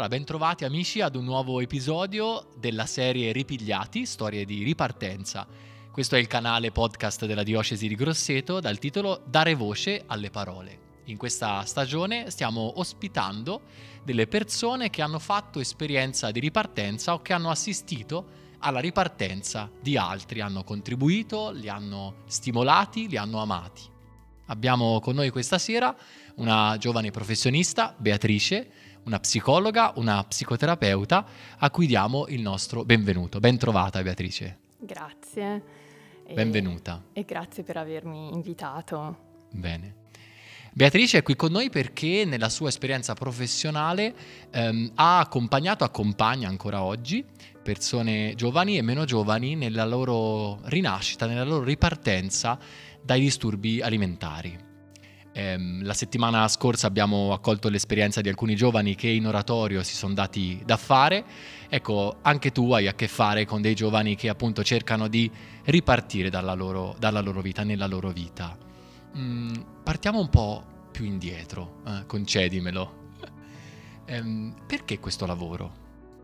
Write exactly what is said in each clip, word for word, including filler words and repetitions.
Allora, bentrovati amici ad un nuovo episodio della serie Ripigliati, storie di ripartenza. Questo è il canale podcast della Diocesi di Grosseto dal titolo Dare voce alle parole. In questa stagione stiamo ospitando delle persone che hanno fatto esperienza di ripartenza o che hanno assistito alla ripartenza di altri, hanno contribuito, li hanno stimolati, li hanno amati. Abbiamo con noi questa sera una giovane professionista, Beatrice, una psicologa, una psicoterapeuta, a cui diamo il nostro benvenuto. Ben trovata, Beatrice. Grazie. Benvenuta. E, e grazie per avermi invitato. Bene. Beatrice è qui con noi perché nella sua esperienza professionale ehm, ha accompagnato, accompagna ancora oggi, persone giovani e meno giovani nella loro rinascita, nella loro ripartenza dai disturbi alimentari. La settimana scorsa abbiamo accolto l'esperienza di alcuni giovani che in oratorio si sono dati da fare. Ecco, anche tu hai a che fare con dei giovani che appunto cercano di ripartire dalla loro, dalla loro vita, nella loro vita. Mm, partiamo un po' più indietro, eh, concedimelo. ehm, perché questo lavoro?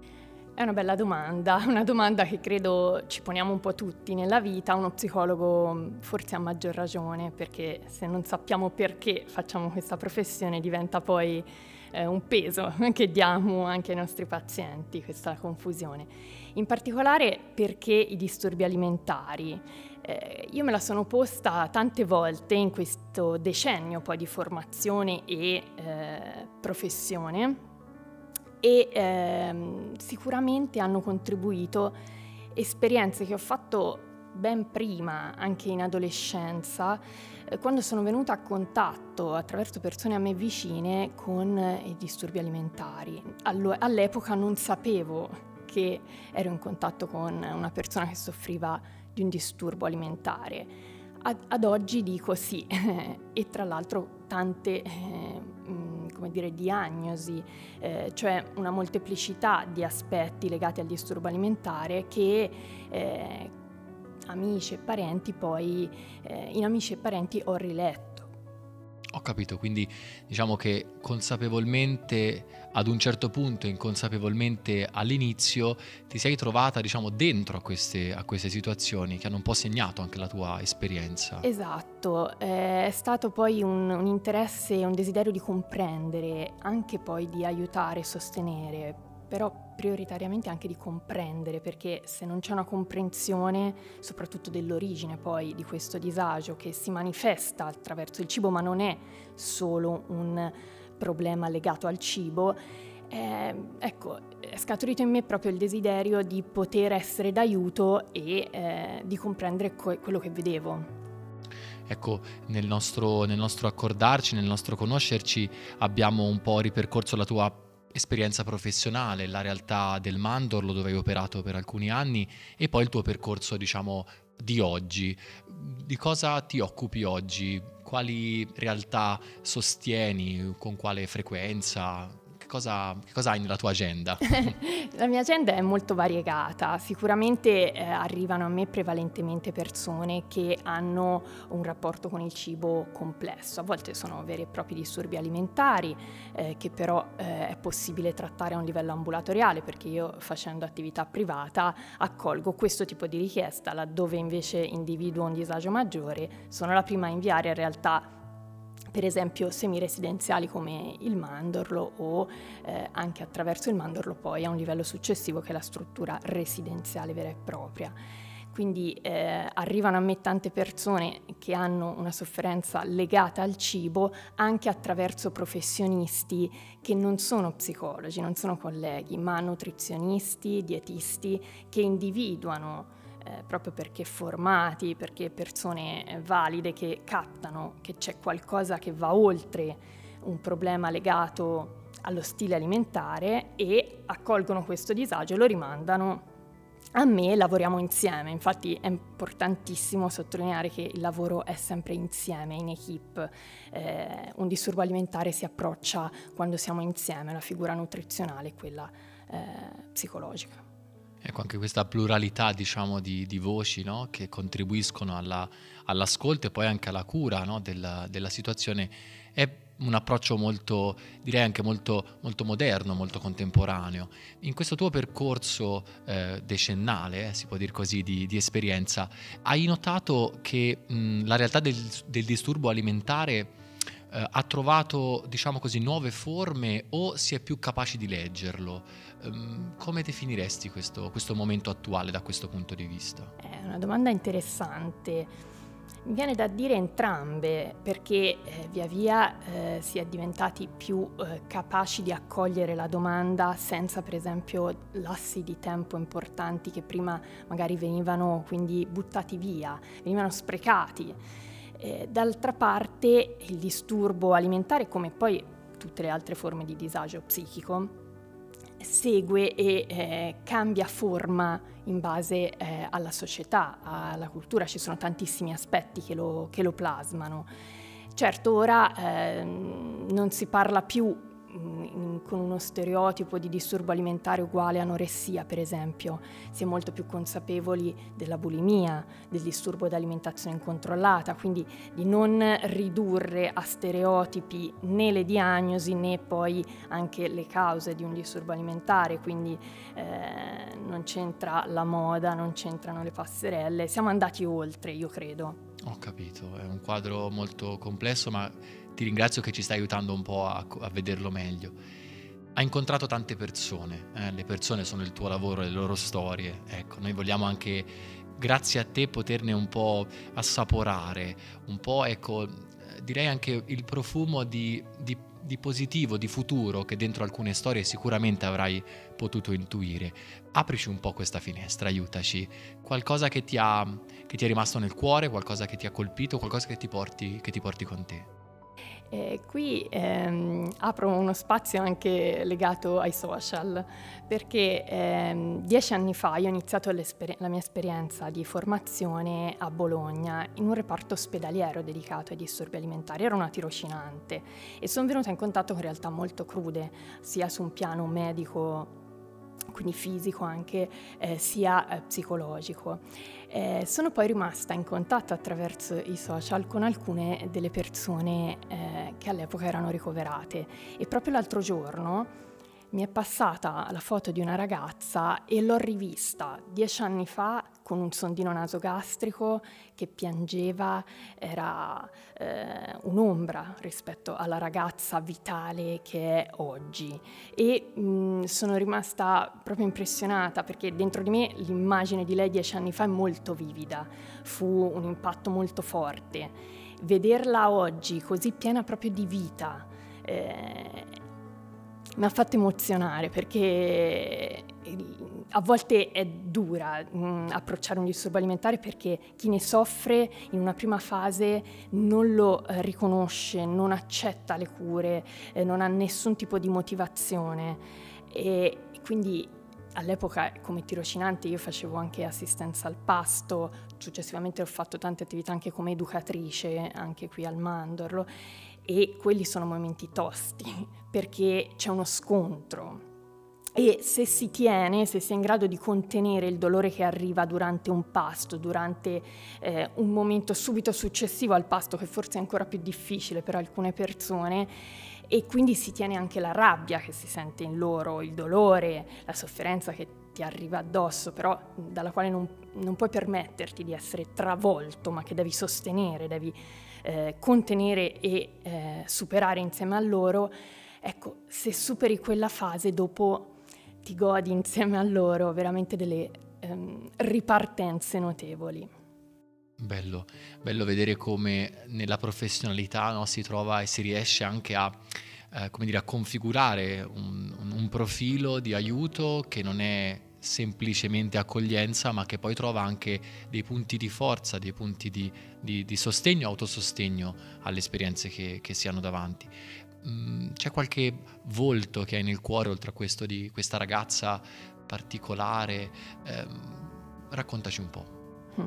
È una bella domanda, una domanda che credo ci poniamo un po' tutti nella vita. Uno psicologo forse ha maggior ragione, perché se non sappiamo perché facciamo questa professione diventa poi eh, un peso che diamo anche ai nostri pazienti, questa confusione. In particolare perché i disturbi alimentari. Eh, io me la sono posta tante volte in questo decennio poi di formazione e eh, professione. E ehm, sicuramente hanno contribuito esperienze che ho fatto ben prima, anche in adolescenza, eh, quando sono venuta a contatto attraverso persone a me vicine con eh, i disturbi alimentari. Allo- all'epoca non sapevo che ero in contatto con una persona che soffriva di un disturbo alimentare. Ad, ad oggi dico sì, e tra l'altro tante eh, come dire, diagnosi, eh, cioè una molteplicità di aspetti legati al disturbo alimentare che eh, amici e parenti poi, eh, in amici e parenti ho riletto. Ho capito, quindi diciamo che consapevolmente ad un certo punto, inconsapevolmente all'inizio, ti sei trovata diciamo dentro a queste, a queste situazioni che hanno un po' segnato anche la tua esperienza. Esatto, eh, è stato poi un, un interesse e un desiderio di comprendere, anche poi di aiutare e sostenere, però prioritariamente anche di comprendere, perché se non c'è una comprensione, soprattutto dell'origine poi di questo disagio che si manifesta attraverso il cibo, ma non è solo un problema legato al cibo, eh, ecco, è scaturito in me proprio il desiderio di poter essere d'aiuto e eh, di comprendere co- quello che vedevo. Ecco, nel nostro, nel nostro accordarci, nel nostro conoscerci, abbiamo un po' ripercorso la tua esperienza professionale, la realtà del mandorlo dove hai operato per alcuni anni e poi il tuo percorso, diciamo, di oggi. Di cosa ti occupi oggi? Quali realtà sostieni? Con quale frequenza? Che cosa, che cosa hai nella tua agenda? La mia agenda è molto variegata, sicuramente eh, arrivano a me prevalentemente persone che hanno un rapporto con il cibo complesso, a volte sono veri e propri disturbi alimentari eh, che però eh, è possibile trattare a un livello ambulatoriale, perché io facendo attività privata accolgo questo tipo di richiesta, laddove invece individuo un disagio maggiore sono la prima a inviare in realtà per esempio semiresidenziali come il mandorlo o eh, anche attraverso il mandorlo poi a un livello successivo che è la struttura residenziale vera e propria. Quindi eh, arrivano a me tante persone che hanno una sofferenza legata al cibo anche attraverso professionisti che non sono psicologi, non sono colleghi, ma nutrizionisti, dietisti che individuano Eh, proprio perché formati, perché persone valide che captano che c'è qualcosa che va oltre un problema legato allo stile alimentare e accolgono questo disagio e lo rimandano a me e lavoriamo insieme. Infatti è importantissimo sottolineare che il lavoro è sempre insieme, in equipe. Eh, un disturbo alimentare si approccia quando siamo insieme, la figura nutrizionale e quella eh, psicologica. Ecco, anche questa pluralità, diciamo, di, di voci, no? Che contribuiscono alla, all'ascolto e poi anche alla cura, no? della, della situazione è un approccio molto, direi anche molto, molto moderno, molto contemporaneo. In questo tuo percorso eh, decennale, eh, si può dire così, di, di esperienza, hai notato che mh, la realtà del, del disturbo alimentare eh, ha trovato, diciamo così, nuove forme o si è più capaci di leggerlo? Um, come definiresti questo, questo momento attuale da questo punto di vista? È una domanda interessante. Mi viene da dire entrambe, perché eh, via via eh, si è diventati più eh, capaci di accogliere la domanda senza, per esempio, lassi di tempo importanti che prima magari venivano quindi buttati via, venivano sprecati. Eh, d'altra parte il disturbo alimentare, come poi tutte le altre forme di disagio psichico, segue e eh, cambia forma in base eh, alla società, alla cultura. Ci sono tantissimi aspetti che lo, che lo plasmano. Certo, ora eh, non si parla più mh, con uno stereotipo di disturbo alimentare uguale anoressia, per esempio. Si è molto più consapevoli della bulimia, del disturbo d'alimentazione incontrollata, quindi di non ridurre a stereotipi né le diagnosi né poi anche le cause di un disturbo alimentare, quindi eh, non c'entra la moda, non c'entrano le passerelle, siamo andati oltre, io credo. Ho capito, è un quadro molto complesso, ma ti ringrazio che ci stai aiutando un po' a, a vederlo meglio. Hai incontrato tante persone, eh? Le persone sono il tuo lavoro, le loro storie. Ecco, noi vogliamo anche, grazie a te, poterne un po' assaporare, un po', ecco, direi anche il profumo di, di, di positivo, di futuro che dentro alcune storie sicuramente avrai potuto intuire. Aprici un po' questa finestra, aiutaci. Qualcosa che ti ha, che ti è rimasto nel cuore, qualcosa che ti ha colpito, qualcosa che ti porti, che ti porti con te. Eh, qui ehm, apro uno spazio anche legato ai social, perché ehm, dieci anni fa io ho iniziato la mia esperienza di formazione a Bologna in un reparto ospedaliero dedicato ai disturbi alimentari. Ero una tirocinante e sono venuta in contatto con realtà molto crude, sia su un piano medico, quindi fisico anche, eh, sia eh, psicologico. Eh, sono poi rimasta in contatto attraverso i social con alcune delle persone eh, che all'epoca erano ricoverate, e proprio l'altro giorno mi è passata la foto di una ragazza e l'ho rivista dieci anni fa con un sondino nasogastrico che piangeva, era eh, un'ombra rispetto alla ragazza vitale che è oggi, e mh, sono rimasta proprio impressionata, perché dentro di me l'immagine di lei dieci anni fa è molto vivida, fu un impatto molto forte. Vederla oggi così piena proprio di vita eh, mi ha fatto emozionare, perché a volte è dura mh, approcciare un disturbo alimentare, perché chi ne soffre in una prima fase non lo eh, riconosce, non accetta le cure, eh, non ha nessun tipo di motivazione, e quindi all'epoca come tirocinante io facevo anche assistenza al pasto, successivamente ho fatto tante attività anche come educatrice, anche qui al Mandorlo, e quelli sono momenti tosti, perché c'è uno scontro, e se si tiene, se si è in grado di contenere il dolore che arriva durante un pasto, durante eh, un momento subito successivo al pasto, che forse è ancora più difficile per alcune persone, e quindi si tiene anche la rabbia che si sente in loro, il dolore, la sofferenza che ti arriva addosso, però dalla quale non, non puoi permetterti di essere travolto, ma che devi sostenere, devi eh, contenere e eh, superare insieme a loro. Ecco, se superi quella fase, dopo ti godi insieme a loro veramente delle ehm, ripartenze notevoli. Bello, bello vedere come nella professionalità, no, si trova e si riesce anche a, eh, come dire, a configurare un, un, un profilo di aiuto che non è semplicemente accoglienza, ma che poi trova anche dei punti di forza, dei punti di, di, di sostegno, autosostegno alle esperienze che, che si hanno davanti. Mm, c'è qualche volto che hai nel cuore, oltre a questo di questa ragazza particolare? Eh, raccontaci un po'.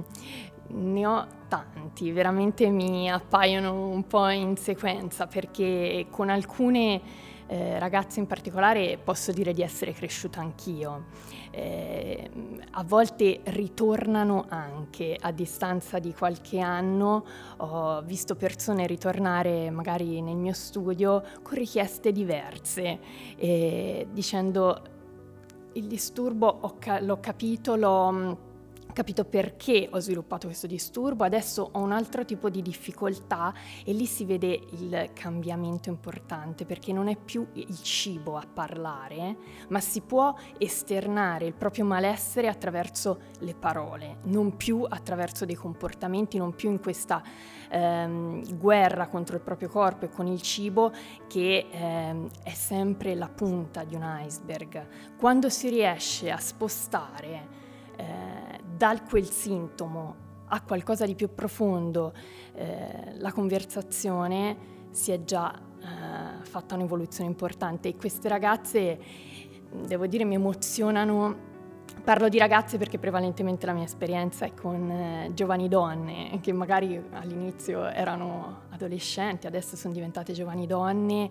Ne ho tanti, veramente mi appaiono un po' in sequenza, perché con alcune eh, ragazze in particolare posso dire di essere cresciuta anch'io. Eh, a volte ritornano anche a distanza di qualche anno. Ho visto persone ritornare magari nel mio studio con richieste diverse, eh, dicendo: il disturbo ho ca- l'ho capito, l'ho capito perché ho sviluppato questo disturbo, adesso ho un altro tipo di difficoltà, e lì si vede il cambiamento importante, perché non è più il cibo a parlare, ma si può esternare il proprio malessere attraverso le parole, non più attraverso dei comportamenti, non più in questa ehm, guerra contro il proprio corpo e con il cibo, che ehm, è sempre la punta di un iceberg. Quando si riesce a spostare Eh, da quel sintomo a qualcosa di più profondo, eh, la conversazione, si è già eh, fatta un'evoluzione importante, e queste ragazze, devo dire, mi emozionano. Parlo di ragazze perché prevalentemente la mia esperienza è con eh, giovani donne che magari all'inizio erano adolescenti, adesso sono diventate giovani donne,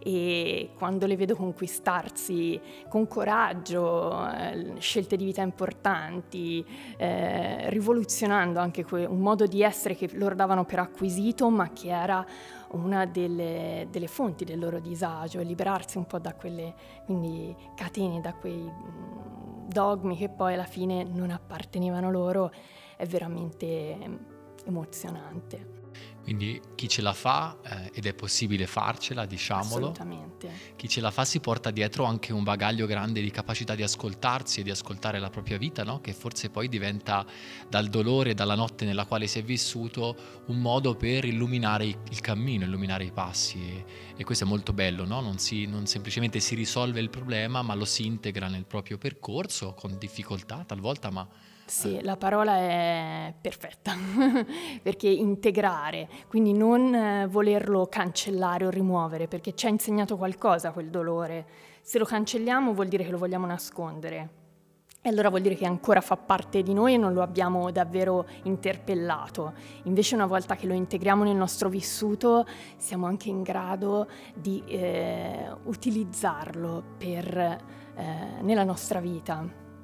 e quando le vedo conquistarsi con coraggio eh, scelte di vita importanti, eh, rivoluzionando anche que- un modo di essere che loro davano per acquisito, ma che era una delle, delle fonti del loro disagio, e liberarsi un po' da quelle quindi catene, da quei mh, dogmi che poi alla fine non appartenevano loro, è veramente emozionante. Quindi chi ce la fa, eh, ed è possibile farcela, diciamolo. Assolutamente. Chi ce la fa si porta dietro anche un bagaglio grande di capacità di ascoltarsi e di ascoltare la propria vita, no? Che forse poi diventa, dal dolore, dalla notte nella quale si è vissuto, un modo per illuminare il cammino, illuminare i passi, e, e questo è molto bello, no? Non, si, non semplicemente si risolve il problema, ma lo si integra nel proprio percorso, con difficoltà talvolta, ma... Sì, la parola è perfetta, perché integrare, quindi non eh, volerlo cancellare o rimuovere, perché ci ha insegnato qualcosa quel dolore. Se lo cancelliamo vuol dire che lo vogliamo nascondere, e allora vuol dire che ancora fa parte di noi e non lo abbiamo davvero interpellato. Invece, una volta che lo integriamo nel nostro vissuto, siamo anche in grado di eh, utilizzarlo per, eh, nella nostra vita.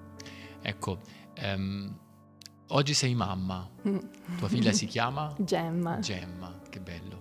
Ecco, Um, oggi sei mamma, tua figlia si chiama? Gemma. Gemma, che bello.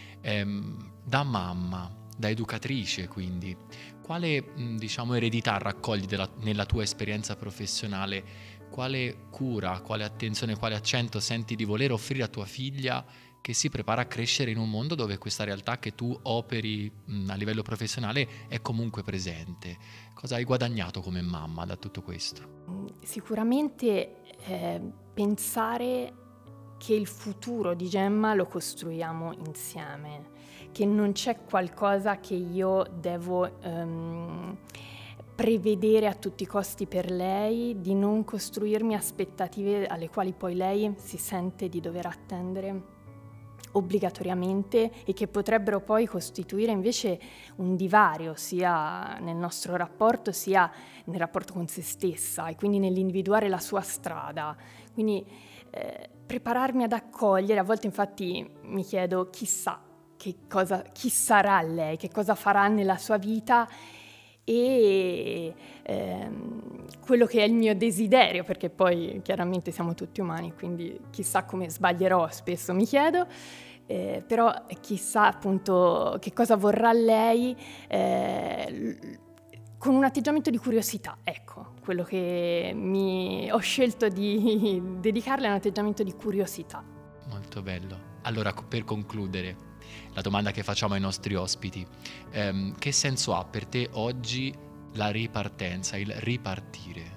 Um, da mamma, da educatrice, quindi, quale mh, diciamo eredità raccogli della, nella tua esperienza professionale? Quale cura, quale attenzione, quale accento senti di voler offrire a tua figlia, che si prepara a crescere in un mondo dove questa realtà che tu operi mh, a livello professionale è comunque presente? Cosa hai guadagnato come mamma da tutto questo? Sicuramente eh, pensare che il futuro di Gemma lo costruiamo insieme, che non c'è qualcosa che io devo ehm, prevedere a tutti i costi per lei, di non costruirmi aspettative alle quali poi lei si sente di dover attendere obbligatoriamente, e che potrebbero poi costituire invece un divario sia nel nostro rapporto sia nel rapporto con se stessa, e quindi nell'individuare la sua strada. Quindi eh, prepararmi ad accogliere, a volte infatti mi chiedo chissà che cosa, chi sarà lei, che cosa farà nella sua vita, e ehm, quello che è il mio desiderio, perché poi chiaramente siamo tutti umani, quindi chissà come sbaglierò, spesso mi chiedo, eh, però chissà appunto che cosa vorrà lei, eh, con un atteggiamento di curiosità, ecco, quello che mi ho scelto di dedicarle è un atteggiamento di curiosità. Molto bello. Allora, per concludere, la domanda che facciamo ai nostri ospiti: ehm, che senso ha per te oggi la ripartenza, il ripartire?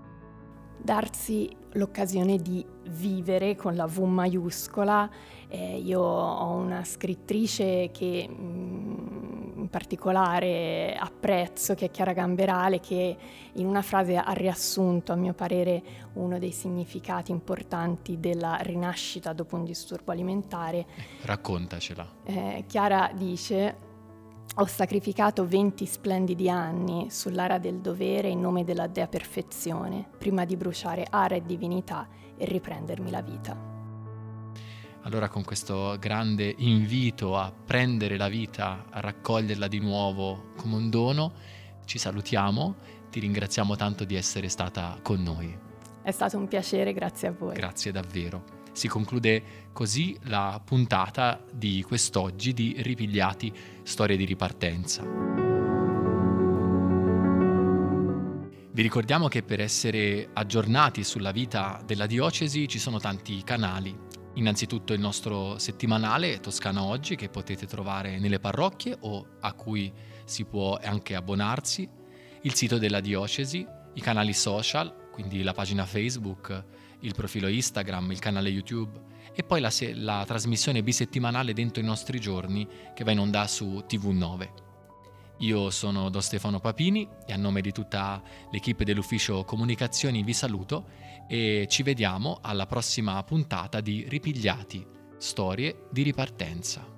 Darsi l'occasione di vivere con la V maiuscola. Eh, io ho una scrittrice che mh, in particolare apprezzo, che è Chiara Gamberale, che in una frase ha riassunto, a mio parere, uno dei significati importanti della rinascita dopo un disturbo alimentare. Eh, raccontacela. Eh, Chiara dice: ho sacrificato venti splendidi anni sull'ara del dovere in nome della dea perfezione, prima di bruciare ara e divinità e riprendermi la vita. Allora con questo grande invito a prendere la vita, a raccoglierla di nuovo come un dono, ci salutiamo, ti ringraziamo tanto di essere stata con noi. È stato un piacere, grazie a voi. Grazie davvero. Si conclude così la puntata di quest'oggi di Ripigliati, storie di ripartenza. Vi ricordiamo che per essere aggiornati sulla vita della diocesi ci sono tanti canali. Innanzitutto il nostro settimanale Toscana Oggi, che potete trovare nelle parrocchie o a cui si può anche abbonarsi, il sito della diocesi, i canali social, quindi la pagina Facebook, il profilo Instagram, il canale YouTube e poi la, se- la trasmissione bisettimanale Dentro i nostri giorni che va in onda su T V nove. Io sono Don Stefano Papini e a nome di tutta l'equipe dell'ufficio comunicazioni vi saluto e ci vediamo alla prossima puntata di Ripigliati, storie di ripartenza.